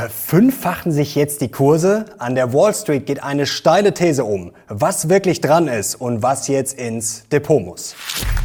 Verfünffachen sich jetzt die Kurse? An der Wall Street geht eine steile These um, was wirklich dran ist und was jetzt ins Depot muss.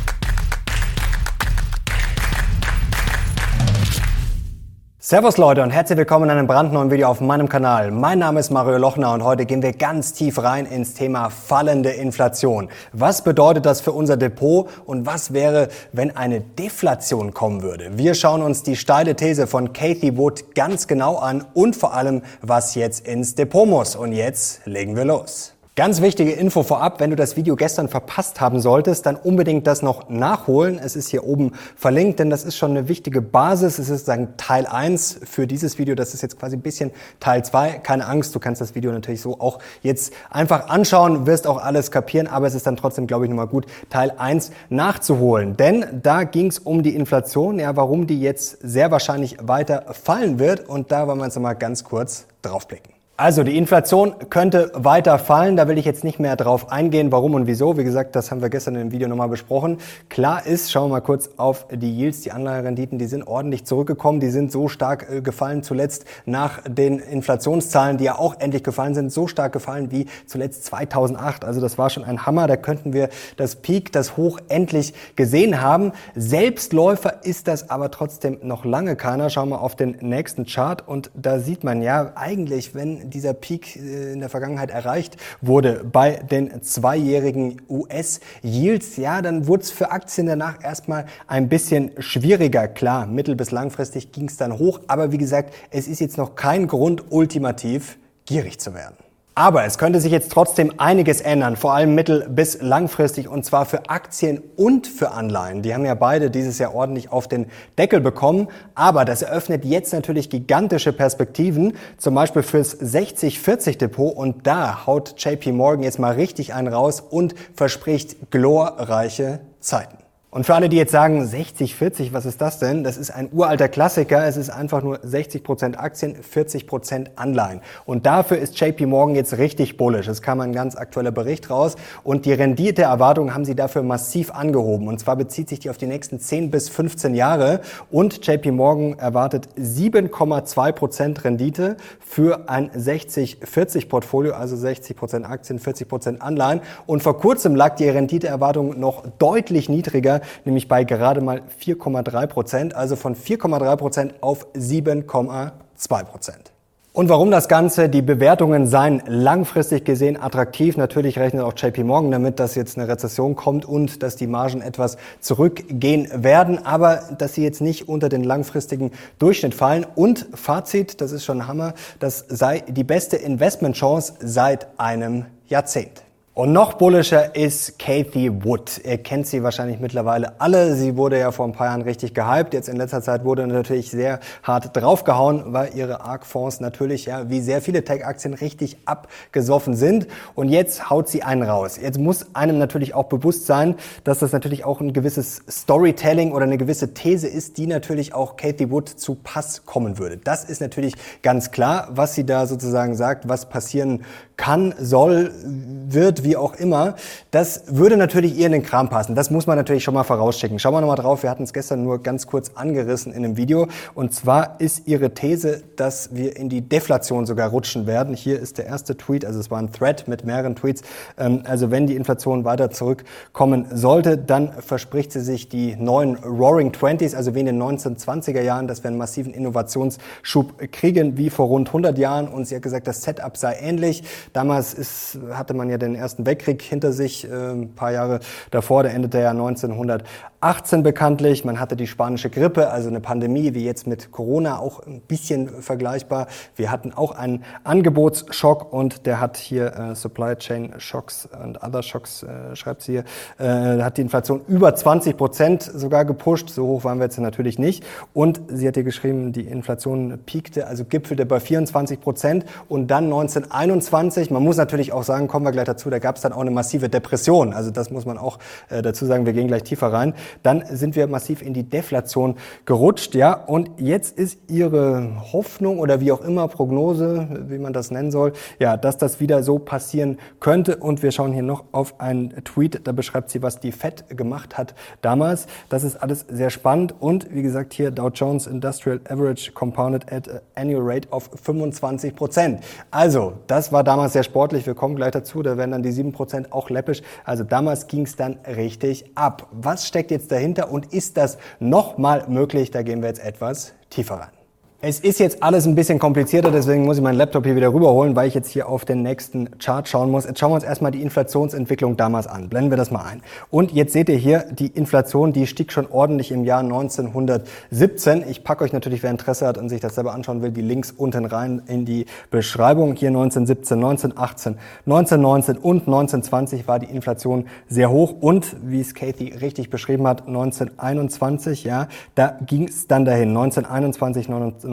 Servus Leute und herzlich willkommen in einem brandneuen Video auf meinem Kanal. Mein Name ist Mario Lochner und heute gehen wir ganz tief rein ins Thema fallende Inflation. Was bedeutet das für unser Depot und was wäre, wenn eine Deflation kommen würde? Wir schauen uns die steile These von Cathie Wood ganz genau an und vor allem, was jetzt ins Depot muss. Und jetzt legen wir los. Ganz wichtige Info vorab, wenn du das Video gestern verpasst haben solltest, dann unbedingt das noch nachholen. Es ist hier oben verlinkt, denn das ist schon eine wichtige Basis. Es ist sozusagen Teil 1 für dieses Video. Das ist jetzt quasi ein bisschen Teil 2. Keine Angst, du kannst das Video natürlich so auch jetzt einfach anschauen, wirst auch alles kapieren, aber es ist dann trotzdem, glaube ich, nochmal gut, Teil 1 nachzuholen. Denn da ging es um die Inflation, ja, warum die jetzt sehr wahrscheinlich weiter fallen wird. Und da wollen wir uns nochmal ganz kurz draufblicken. Also die Inflation könnte weiter fallen, da will ich jetzt nicht mehr drauf eingehen, warum und wieso. Wie gesagt, das haben wir gestern im Video nochmal besprochen. Klar ist, schauen wir mal kurz auf die Yields, die Anleiherenditen, die sind ordentlich zurückgekommen, die sind so stark gefallen zuletzt nach den Inflationszahlen, die ja auch endlich gefallen sind, so stark gefallen wie zuletzt 2008. Also das war schon ein Hammer, da könnten wir das Peak, das Hoch endlich gesehen haben. Selbstläufer ist das aber trotzdem noch lange keiner. Schauen wir auf den nächsten Chart und da sieht man ja eigentlich, wenn dieser Peak in der Vergangenheit erreicht wurde bei den zweijährigen US-Yields, ja, dann wurde es für Aktien danach erstmal ein bisschen schwieriger. Klar, mittel- bis langfristig ging es dann hoch, aber wie gesagt, es ist jetzt noch kein Grund, ultimativ gierig zu werden. Aber es könnte sich jetzt trotzdem einiges ändern, vor allem mittel- bis langfristig, und zwar für Aktien und für Anleihen. Die haben ja beide dieses Jahr ordentlich auf den Deckel bekommen. Aber das eröffnet jetzt natürlich gigantische Perspektiven, zum Beispiel fürs 60-40-Depot. Und da haut JP Morgan jetzt mal richtig einen raus und verspricht glorreiche Zeiten. Und für alle, die jetzt sagen, 60-40, was ist das denn? Das ist ein uralter Klassiker. Es ist einfach nur 60% Aktien, 40% Anleihen. Und dafür ist JP Morgan jetzt richtig bullish. Es kam ein ganz aktueller Bericht raus. Und die Renditeerwartungen haben sie dafür massiv angehoben. Und zwar bezieht sich die auf die nächsten 10 bis 15 Jahre. Und JP Morgan erwartet 7,2% Rendite für ein 60-40-Portfolio, also 60% Aktien, 40% Anleihen. Und vor kurzem lag die Renditeerwartung noch deutlich niedriger, nämlich bei gerade mal 4,3%, also von 4,3% auf 7,2%. Und warum das Ganze? Die Bewertungen seien langfristig gesehen attraktiv. Natürlich rechnet auch JP Morgan damit, dass jetzt eine Rezession kommt und dass die Margen etwas zurückgehen werden, aber dass sie jetzt nicht unter den langfristigen Durchschnitt fallen. Und Fazit, das ist schon Hammer, das sei die beste Investmentchance seit einem Jahrzehnt. Und noch bullischer ist Cathie Wood. Ihr kennt sie wahrscheinlich mittlerweile alle. Sie wurde ja vor ein paar Jahren richtig gehypt. Jetzt in letzter Zeit wurde natürlich sehr hart draufgehauen, weil ihre ARK-Fonds natürlich, ja, wie sehr viele Tech-Aktien richtig abgesoffen sind. Und jetzt haut sie einen raus. Jetzt muss einem natürlich auch bewusst sein, dass das natürlich auch ein gewisses Storytelling oder eine gewisse These ist, die natürlich auch Cathie Wood zu Pass kommen würde. Das ist natürlich ganz klar, was sie da sozusagen sagt, was passieren kann, soll, wird, wie auch immer. Das würde natürlich ihr in den Kram passen. Das muss man natürlich schon mal vorausschicken. Schauen wir nochmal drauf. Wir hatten es gestern nur ganz kurz angerissen in einem Video. Und zwar ist ihre These, dass wir in die Deflation sogar rutschen werden. Hier ist der erste Tweet, also es war ein Thread mit mehreren Tweets. Also wenn die Inflation weiter zurückkommen sollte, dann verspricht sie sich die neuen Roaring Twenties, also wie in den 1920er Jahren, dass wir einen massiven Innovationsschub kriegen, wie vor rund 100 Jahren. Und sie hat gesagt, das Setup sei ähnlich. Damals hatte man ja den Ersten Weltkrieg hinter sich, ein paar Jahre davor, der endete ja 1918 bekanntlich. Man hatte die spanische Grippe, also eine Pandemie, wie jetzt mit Corona, auch ein bisschen vergleichbar. Wir hatten auch einen Angebotsschock und der hat hier Supply Chain Shocks und Other Shocks, schreibt sie hier, hat die Inflation über 20% sogar gepusht. So hoch waren wir jetzt natürlich nicht. Und sie hat hier geschrieben, die Inflation peakte, also gipfelte bei 24% und dann 1921 25. Man muss natürlich auch sagen, kommen wir gleich dazu, da gab es dann auch eine massive Depression. Also das muss man auch dazu sagen, wir gehen gleich tiefer rein. Dann sind wir massiv in die Deflation gerutscht, ja. Und jetzt ist Ihre Hoffnung oder wie auch immer Prognose, wie man das nennen soll, ja, dass das wieder so passieren könnte. Und wir schauen hier noch auf einen Tweet, da beschreibt sie, was die Fed gemacht hat damals. Das ist alles sehr spannend. Und wie gesagt, hier Dow Jones Industrial Average Compounded at Annual Rate of 25%. Also, das war damals sehr sportlich. Wir kommen gleich dazu. Da werden dann die 7% auch läppisch. Also damals ging es dann richtig ab. Was steckt jetzt dahinter und ist das nochmal möglich? Da gehen wir jetzt etwas tiefer rein. Es ist jetzt alles ein bisschen komplizierter, deswegen muss ich meinen Laptop hier wieder rüberholen, weil ich jetzt hier auf den nächsten Chart schauen muss. Jetzt schauen wir uns erstmal die Inflationsentwicklung damals an. Blenden wir das mal ein. Und jetzt seht ihr hier, die Inflation, die stieg schon ordentlich im Jahr 1917. Ich packe euch natürlich, wer Interesse hat und sich das selber anschauen will, die Links unten rein in die Beschreibung. Hier 1917, 1918, 1919 und 1920 war die Inflation sehr hoch. Und, wie es Kathy richtig beschrieben hat, 1921, ja, da ging es dann dahin. 1921,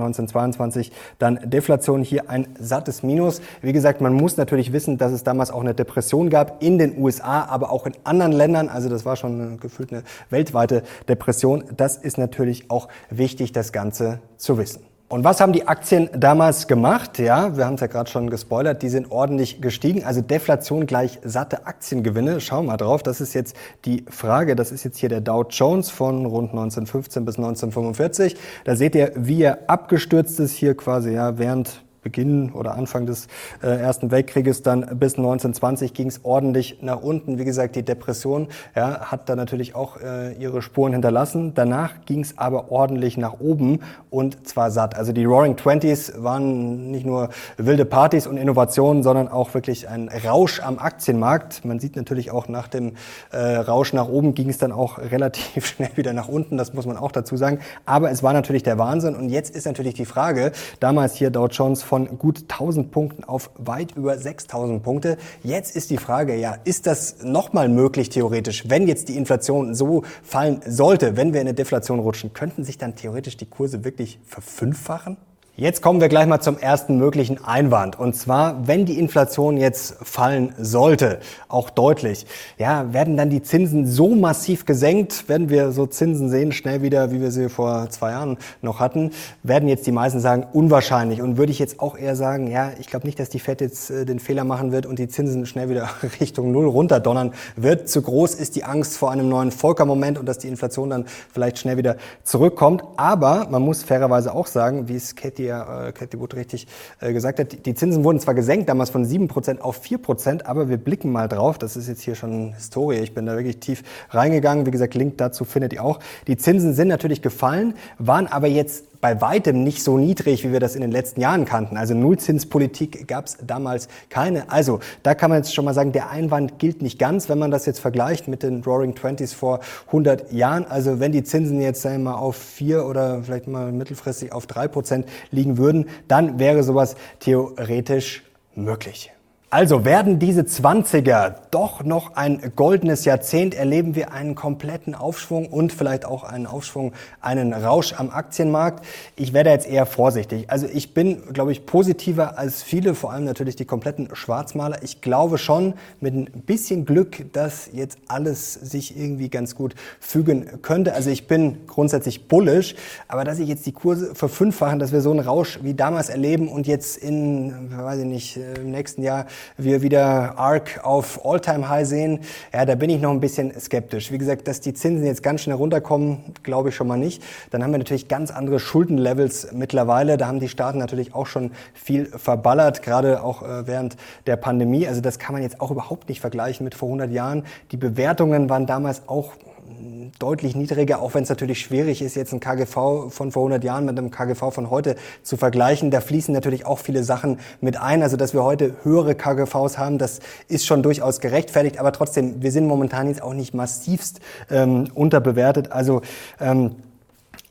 1922 dann Deflation, hier ein sattes Minus. Wie gesagt, man muss natürlich wissen, dass es damals auch eine Depression gab in den USA, aber auch in anderen Ländern. Also das war schon gefühlt eine weltweite Depression. Das ist natürlich auch wichtig, das Ganze zu wissen. Und was haben die Aktien damals gemacht? Ja, wir haben es ja gerade schon gespoilert, die sind ordentlich gestiegen. Also Deflation gleich satte Aktiengewinne. Schauen wir mal drauf, das ist jetzt die Frage. Das ist jetzt hier der Dow Jones von rund 1915 bis 1945. Da seht ihr, wie er abgestürzt ist hier quasi, ja, während Beginn oder Anfang des Ersten Weltkrieges dann bis 1920 ging es ordentlich nach unten. Wie gesagt, die Depression hat da natürlich auch ihre Spuren hinterlassen. Danach ging es aber ordentlich nach oben und zwar satt. Also die Roaring Twenties waren nicht nur wilde Partys und Innovationen, sondern auch wirklich ein Rausch am Aktienmarkt. Man sieht natürlich auch nach dem Rausch nach oben ging es dann auch relativ schnell wieder nach unten. Das muss man auch dazu sagen. Aber es war natürlich der Wahnsinn. Und jetzt ist natürlich die Frage, damals hier Dow Jones von gut 1000 Punkten auf weit über 6000 Punkte. Jetzt ist die Frage, ja, ist das nochmal möglich theoretisch, wenn jetzt die Inflation so fallen sollte, wenn wir in eine Deflation rutschen, könnten sich dann theoretisch die Kurse wirklich verfünffachen? Jetzt kommen wir gleich mal zum ersten möglichen Einwand. Und zwar, wenn die Inflation jetzt fallen sollte, auch deutlich, ja, werden dann die Zinsen so massiv gesenkt, werden wir so Zinsen sehen, schnell wieder, wie wir sie vor 2 Jahren noch hatten, werden jetzt die meisten sagen, unwahrscheinlich. Und würde ich jetzt auch eher sagen, ja, ich glaube nicht, dass die Fed jetzt den Fehler machen wird und die Zinsen schnell wieder Richtung Null runterdonnern wird. Zu groß ist die Angst vor einem neuen Volcker-Moment und dass die Inflation dann vielleicht schnell wieder zurückkommt. Aber man muss fairerweise auch sagen, wie es Kathy Wood richtig gesagt hat, die Zinsen wurden zwar gesenkt, damals von 7% auf 4%, aber wir blicken mal drauf, das ist jetzt hier schon Historie, ich bin da wirklich tief reingegangen, wie gesagt, Link dazu findet ihr auch. Die Zinsen sind natürlich gefallen, waren aber jetzt bei weitem nicht so niedrig, wie wir das in den letzten Jahren kannten. Also Nullzinspolitik gab es damals keine. Also da kann man jetzt schon mal sagen, der Einwand gilt nicht ganz, wenn man das jetzt vergleicht mit den Roaring Twenties vor 100 Jahren. Also wenn die Zinsen jetzt sagen wir mal auf 4 oder vielleicht mal mittelfristig auf 3% liegen würden, dann wäre sowas theoretisch möglich. Also werden diese 20er doch noch ein goldenes Jahrzehnt, erleben wir einen kompletten Aufschwung und vielleicht auch einen Aufschwung, einen Rausch am Aktienmarkt. Ich werde jetzt eher vorsichtig. Also ich bin, glaube ich, positiver als viele, vor allem natürlich die kompletten Schwarzmaler. Ich glaube schon mit ein bisschen Glück, dass jetzt alles sich irgendwie ganz gut fügen könnte. Also ich bin grundsätzlich bullish, aber dass sich jetzt die Kurse verfünffachen, dass wir so einen Rausch wie damals erleben und jetzt in, weiß ich nicht, im nächsten Jahr wir wieder ARK auf All-Time-High sehen, ja, da bin ich noch ein bisschen skeptisch. Wie gesagt, dass die Zinsen jetzt ganz schnell runterkommen, glaube ich schon mal nicht. Dann haben wir natürlich ganz andere Schuldenlevels mittlerweile. Da haben die Staaten natürlich auch schon viel verballert, gerade auch während der Pandemie. Also das kann man jetzt auch überhaupt nicht vergleichen mit vor 100 Jahren. Die Bewertungen waren damals auch deutlich niedriger, auch wenn es natürlich schwierig ist, jetzt ein KGV von vor 100 Jahren mit einem KGV von heute zu vergleichen. Da fließen natürlich auch viele Sachen mit ein. Also, dass wir heute höhere KGVs haben, das ist schon durchaus gerechtfertigt. Aber trotzdem, wir sind momentan jetzt auch nicht massivst unterbewertet. Also,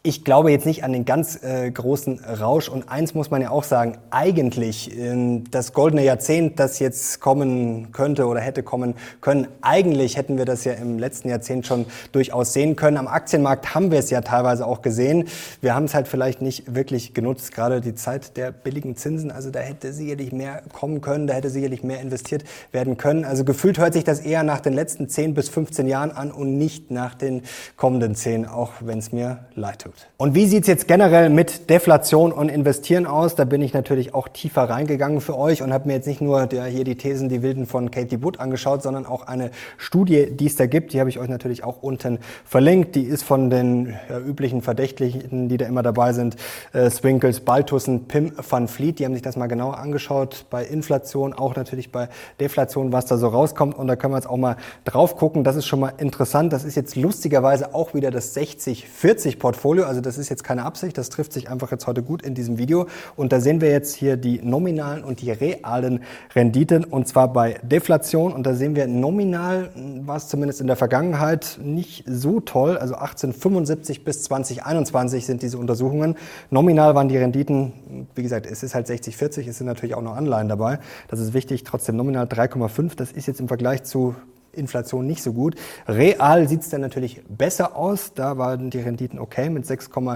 Ich glaube jetzt nicht an den ganz großen Rausch. Und eins muss man ja auch sagen, eigentlich das goldene Jahrzehnt, das jetzt kommen könnte oder hätte kommen können, eigentlich hätten wir das ja im letzten Jahrzehnt schon durchaus sehen können. Am Aktienmarkt haben wir es ja teilweise auch gesehen. Wir haben es halt vielleicht nicht wirklich genutzt, gerade die Zeit der billigen Zinsen. Also da hätte sicherlich mehr kommen können, da hätte sicherlich mehr investiert werden können. Also gefühlt hört sich das eher nach den letzten 10 bis 15 Jahren an und nicht nach den kommenden 10, auch wenn es mir leid tut. Und wie sieht's jetzt generell mit Deflation und Investieren aus? Da bin ich natürlich auch tiefer reingegangen für euch und habe mir jetzt nicht nur hier die Thesen, die wilden von Cathie Wood angeschaut, sondern auch eine Studie, die es da gibt. Die habe ich euch natürlich auch unten verlinkt. Die ist von den üblichen Verdächtlichen, die da immer dabei sind. Swinkels, Baltussen, Pim van Vliet. Die haben sich das mal genauer angeschaut. Bei Inflation, auch natürlich bei Deflation, was da so rauskommt. Und da können wir jetzt auch mal drauf gucken. Das ist schon mal interessant. Das ist jetzt lustigerweise auch wieder das 60-40-Portfolio. Also das ist jetzt keine Absicht. Das trifft sich einfach jetzt heute gut in diesem Video. Und da sehen wir jetzt hier die nominalen und die realen Renditen. Und zwar bei Deflation. Und da sehen wir nominal, war es zumindest in der Vergangenheit nicht so toll. Also 1875 bis 2021 sind diese Untersuchungen. Nominal waren die Renditen, wie gesagt, es ist halt 60-40, es sind natürlich auch noch Anleihen dabei. Das ist wichtig, trotzdem nominal 3,5. Das ist jetzt im Vergleich zu Inflation nicht so gut. Real sieht es dann natürlich besser aus. Da waren die Renditen okay mit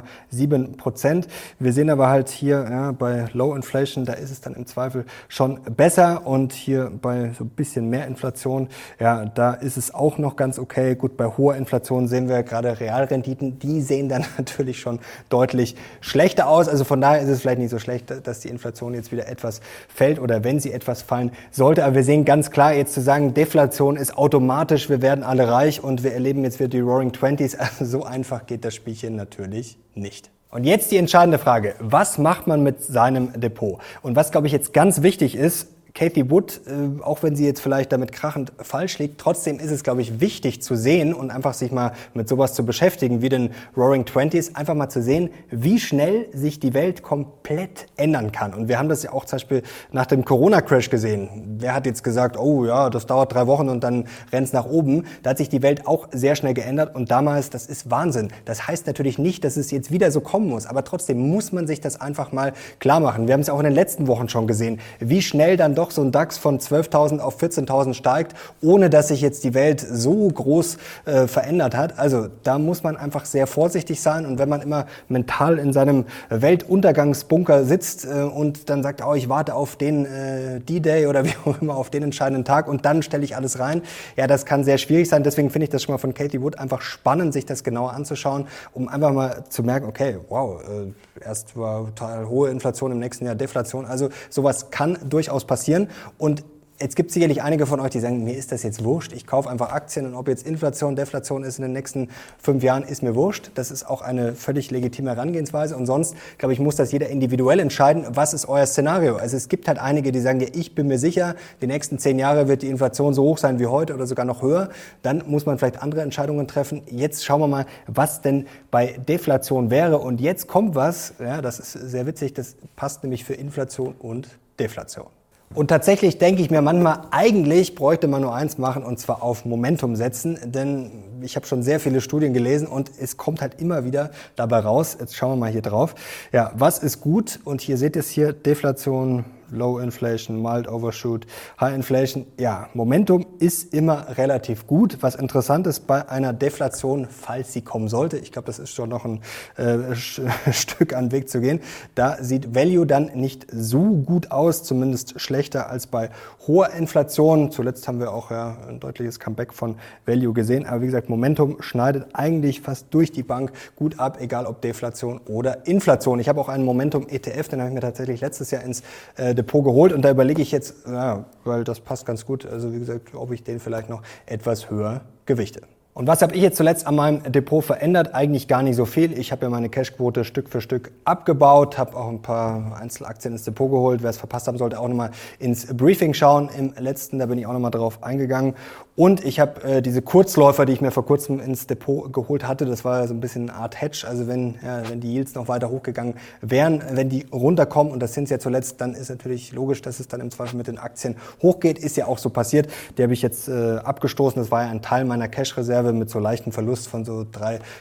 6,7%. Wir sehen aber halt hier bei Low Inflation, da ist es dann im Zweifel schon besser. Und hier bei so ein bisschen mehr Inflation, da ist es auch noch ganz okay. Gut, bei hoher Inflation sehen wir gerade Realrenditen, die sehen dann natürlich schon deutlich schlechter aus. Also von daher ist es vielleicht nicht so schlecht, dass die Inflation jetzt wieder etwas fällt oder wenn sie etwas fallen sollte. Aber wir sehen ganz klar, jetzt zu sagen, Deflation ist automatisch, wir werden alle reich und wir erleben jetzt wieder die Roaring Twenties. Also so einfach geht das Spielchen natürlich nicht. Und jetzt die entscheidende Frage, was macht man mit seinem Depot? Und was, glaube ich, jetzt ganz wichtig ist, Cathie Wood, auch wenn sie jetzt vielleicht damit krachend falsch liegt, trotzdem ist es, glaube ich, wichtig zu sehen und einfach sich mal mit sowas zu beschäftigen, wie den Roaring Twenties, einfach mal zu sehen, wie schnell sich die Welt komplett ändern kann. Und wir haben das ja auch zum Beispiel nach dem Corona-Crash gesehen. Wer hat jetzt gesagt, oh ja, das dauert 3 Wochen und dann rennt's nach oben. Da hat sich die Welt auch sehr schnell geändert und damals, das ist Wahnsinn. Das heißt natürlich nicht, dass es jetzt wieder so kommen muss, aber trotzdem muss man sich das einfach mal klar machen. Wir haben es ja auch in den letzten Wochen schon gesehen, wie schnell dann doch so ein DAX von 12.000 auf 14.000 steigt, ohne dass sich jetzt die Welt so groß verändert hat. Also da muss man einfach sehr vorsichtig sein und wenn man immer mental in seinem Weltuntergangsbunker sitzt und dann sagt, oh, ich warte auf den D-Day oder wie auch immer, auf den entscheidenden Tag und dann stelle ich alles rein, ja, das kann sehr schwierig sein. Deswegen finde ich das schon mal von Cathie Wood einfach spannend, sich das genauer anzuschauen, um einfach mal zu merken, okay, wow, erst war total hohe Inflation, im nächsten Jahr Deflation. Also sowas kann durchaus passieren. Und jetzt gibt es sicherlich einige von euch, die sagen, mir ist das jetzt wurscht. Ich kaufe einfach Aktien und ob jetzt Inflation, Deflation ist in den nächsten 5 Jahren, ist mir wurscht. Das ist auch eine völlig legitime Herangehensweise. Und sonst, glaube ich, muss das jeder individuell entscheiden. Was ist euer Szenario? Also es gibt halt einige, die sagen, ja, ich bin mir sicher, die nächsten 10 Jahre wird die Inflation so hoch sein wie heute oder sogar noch höher. Dann muss man vielleicht andere Entscheidungen treffen. Jetzt schauen wir mal, was denn bei Deflation wäre. Und jetzt kommt was, ja, das ist sehr witzig, das passt nämlich für Inflation und Deflation. Und tatsächlich denke ich mir manchmal, eigentlich bräuchte man nur eins machen und zwar auf Momentum setzen, denn ich habe schon sehr viele Studien gelesen und es kommt halt immer wieder dabei raus, jetzt schauen wir mal hier drauf, ja, was ist gut und hier seht ihr es hier, Deflation, Low Inflation, Mild Overshoot, High Inflation. Ja, Momentum ist immer relativ gut. Was interessant ist bei einer Deflation, falls sie kommen sollte, ich glaube, das ist schon noch ein Stück an Weg zu gehen, da sieht Value dann nicht so gut aus, zumindest schlechter als bei hoher Inflation. Zuletzt haben wir auch ein deutliches Comeback von Value gesehen. Aber wie gesagt, Momentum schneidet eigentlich fast durch die Bank gut ab, egal ob Deflation oder Inflation. Ich habe auch einen Momentum-ETF, den habe ich mir tatsächlich letztes Jahr ins Depot geholt und da überlege ich jetzt, weil das passt ganz gut, also wie gesagt, ob ich den vielleicht noch etwas höher gewichte. Und was habe ich jetzt zuletzt an meinem Depot verändert? Eigentlich gar nicht so viel. Ich habe ja meine Cashquote Stück für Stück abgebaut, habe auch ein paar Einzelaktien ins Depot geholt. Wer es verpasst haben sollte, auch nochmal ins Briefing schauen im letzten, da bin ich auch nochmal drauf eingegangen. Und ich habe diese Kurzläufer, die ich mir vor kurzem ins Depot geholt hatte, das war so ein bisschen eine Art Hedge. Also wenn die Yields noch weiter hochgegangen wären, wenn die runterkommen, und das sind sie ja zuletzt, dann ist natürlich logisch, dass es dann im Zweifel mit den Aktien hochgeht. Ist ja auch so passiert. Die habe ich jetzt abgestoßen. Das war ja ein Teil meiner Cash-Reserve mit so leichten Verlust von so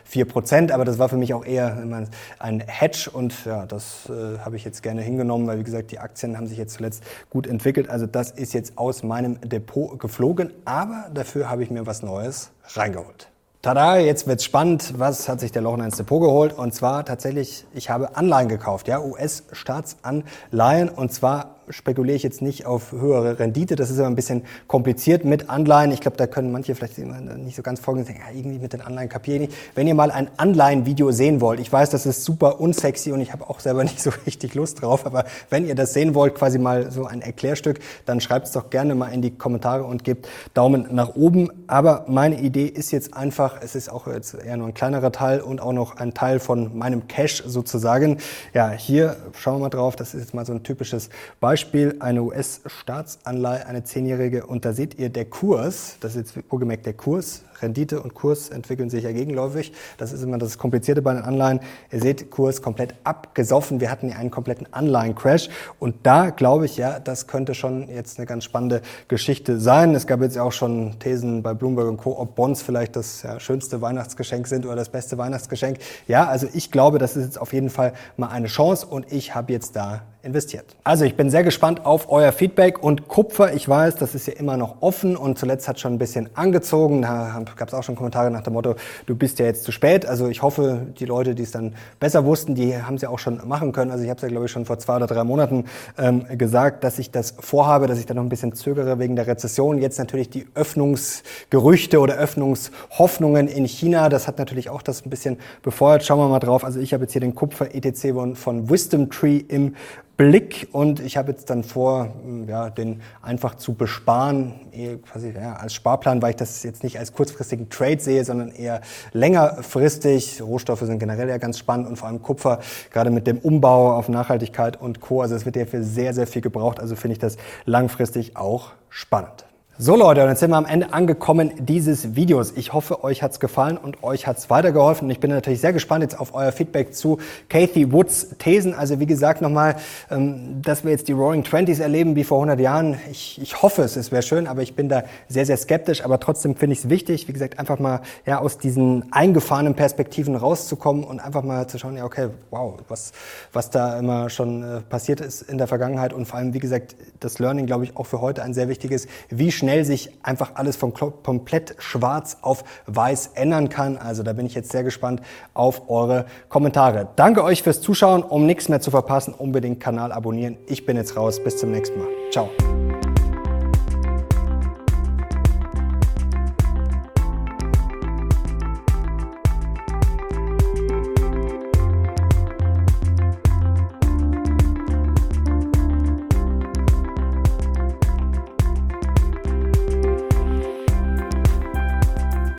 3-4%. Aber das war für mich auch eher ein Hedge, und ja, das habe ich jetzt gerne hingenommen, weil wie gesagt, die Aktien haben sich jetzt zuletzt gut entwickelt. Also das ist jetzt aus meinem Depot geflogen, aber dafür habe ich mir was Neues reingeholt. Tada, jetzt wird's spannend. Was hat sich der Lochner ins Depot geholt? Und zwar tatsächlich, ich habe Anleihen gekauft, ja, US-Staatsanleihen, und zwar spekuliere ich jetzt nicht auf höhere Rendite. Das ist aber ein bisschen kompliziert mit Anleihen. Ich glaube, da können manche vielleicht nicht so ganz folgen und denken, ja, irgendwie mit den Anleihen kapiere ich nicht. Wenn ihr mal ein Anleihenvideo sehen wollt, ich weiß, das ist super unsexy und ich habe auch selber nicht so richtig Lust drauf, aber wenn ihr das sehen wollt, quasi mal so ein Erklärstück, dann schreibt es doch gerne mal in die Kommentare und gebt Daumen nach oben. Aber meine Idee ist jetzt einfach, es ist auch jetzt eher nur ein kleinerer Teil und auch noch ein Teil von meinem Cash sozusagen. Ja, hier schauen wir mal drauf, das ist jetzt mal so ein typisches Beispiel, eine US-Staatsanleihe, eine 10-jährige, und da seht ihr der Kurs, das ist jetzt wohlgemerkt der Kurs, Rendite und Kurs entwickeln sich ja gegenläufig, das ist immer das Komplizierte bei den Anleihen. Ihr seht, Kurs komplett abgesoffen, wir hatten ja einen kompletten Anleihen-Crash, und da glaube ich, ja, das könnte schon jetzt eine ganz spannende Geschichte sein. Es gab jetzt auch schon Thesen bei Bloomberg und Co., ob Bonds vielleicht das schönste Weihnachtsgeschenk sind oder das beste Weihnachtsgeschenk. Ja, also ich glaube, das ist jetzt auf jeden Fall mal eine Chance, und ich habe jetzt da investiert. Also ich bin sehr gespannt auf euer Feedback, und Kupfer, ich weiß, das ist ja immer noch offen und zuletzt hat schon ein bisschen angezogen. Da gab es auch schon Kommentare nach dem Motto, du bist ja jetzt zu spät. Also ich hoffe, die Leute, die es dann besser wussten, die haben es ja auch schon machen können. Also ich habe es ja, glaube ich, schon vor 2 oder 3 Monaten gesagt, dass ich das vorhabe, dass ich da noch ein bisschen zögere wegen der Rezession. Jetzt natürlich die Öffnungsgerüchte oder Öffnungshoffnungen in China, das hat natürlich auch das ein bisschen befeuert. Schauen wir mal drauf. Also ich habe jetzt hier den Kupfer-ETC von Wisdom Tree im Blick, und ich habe jetzt dann vor, ja, den einfach zu besparen, quasi, ja, als Sparplan, weil ich das jetzt nicht als kurzfristigen Trade sehe, sondern eher längerfristig. Rohstoffe sind generell ja ganz spannend, und vor allem Kupfer, gerade mit dem Umbau auf Nachhaltigkeit und Co. Also es wird ja für sehr, sehr viel gebraucht, also finde ich das langfristig auch spannend. So Leute, und jetzt sind wir am Ende angekommen dieses Videos. Ich hoffe, euch hat's gefallen und euch hat's weitergeholfen. Und ich bin natürlich sehr gespannt jetzt auf euer Feedback zu Cathie Woods Thesen. Also wie gesagt nochmal, dass wir jetzt die Roaring Twenties erleben wie vor 100 Jahren. Ich hoffe es wäre schön, aber ich bin da sehr, sehr skeptisch. Aber trotzdem finde ich es wichtig, wie gesagt, einfach mal ja aus diesen eingefahrenen Perspektiven rauszukommen und einfach mal zu schauen, ja okay, wow, was da immer schon passiert ist in der Vergangenheit. Und vor allem, wie gesagt, das Learning, glaube ich, auch für heute ein sehr wichtiges, wie schnell sich einfach alles von komplett schwarz auf weiß ändern kann. Also da bin ich jetzt sehr gespannt auf eure Kommentare. Danke euch fürs Zuschauen. Um nichts mehr zu verpassen, unbedingt Kanal abonnieren. Ich bin jetzt raus. Bis zum nächsten Mal. Ciao.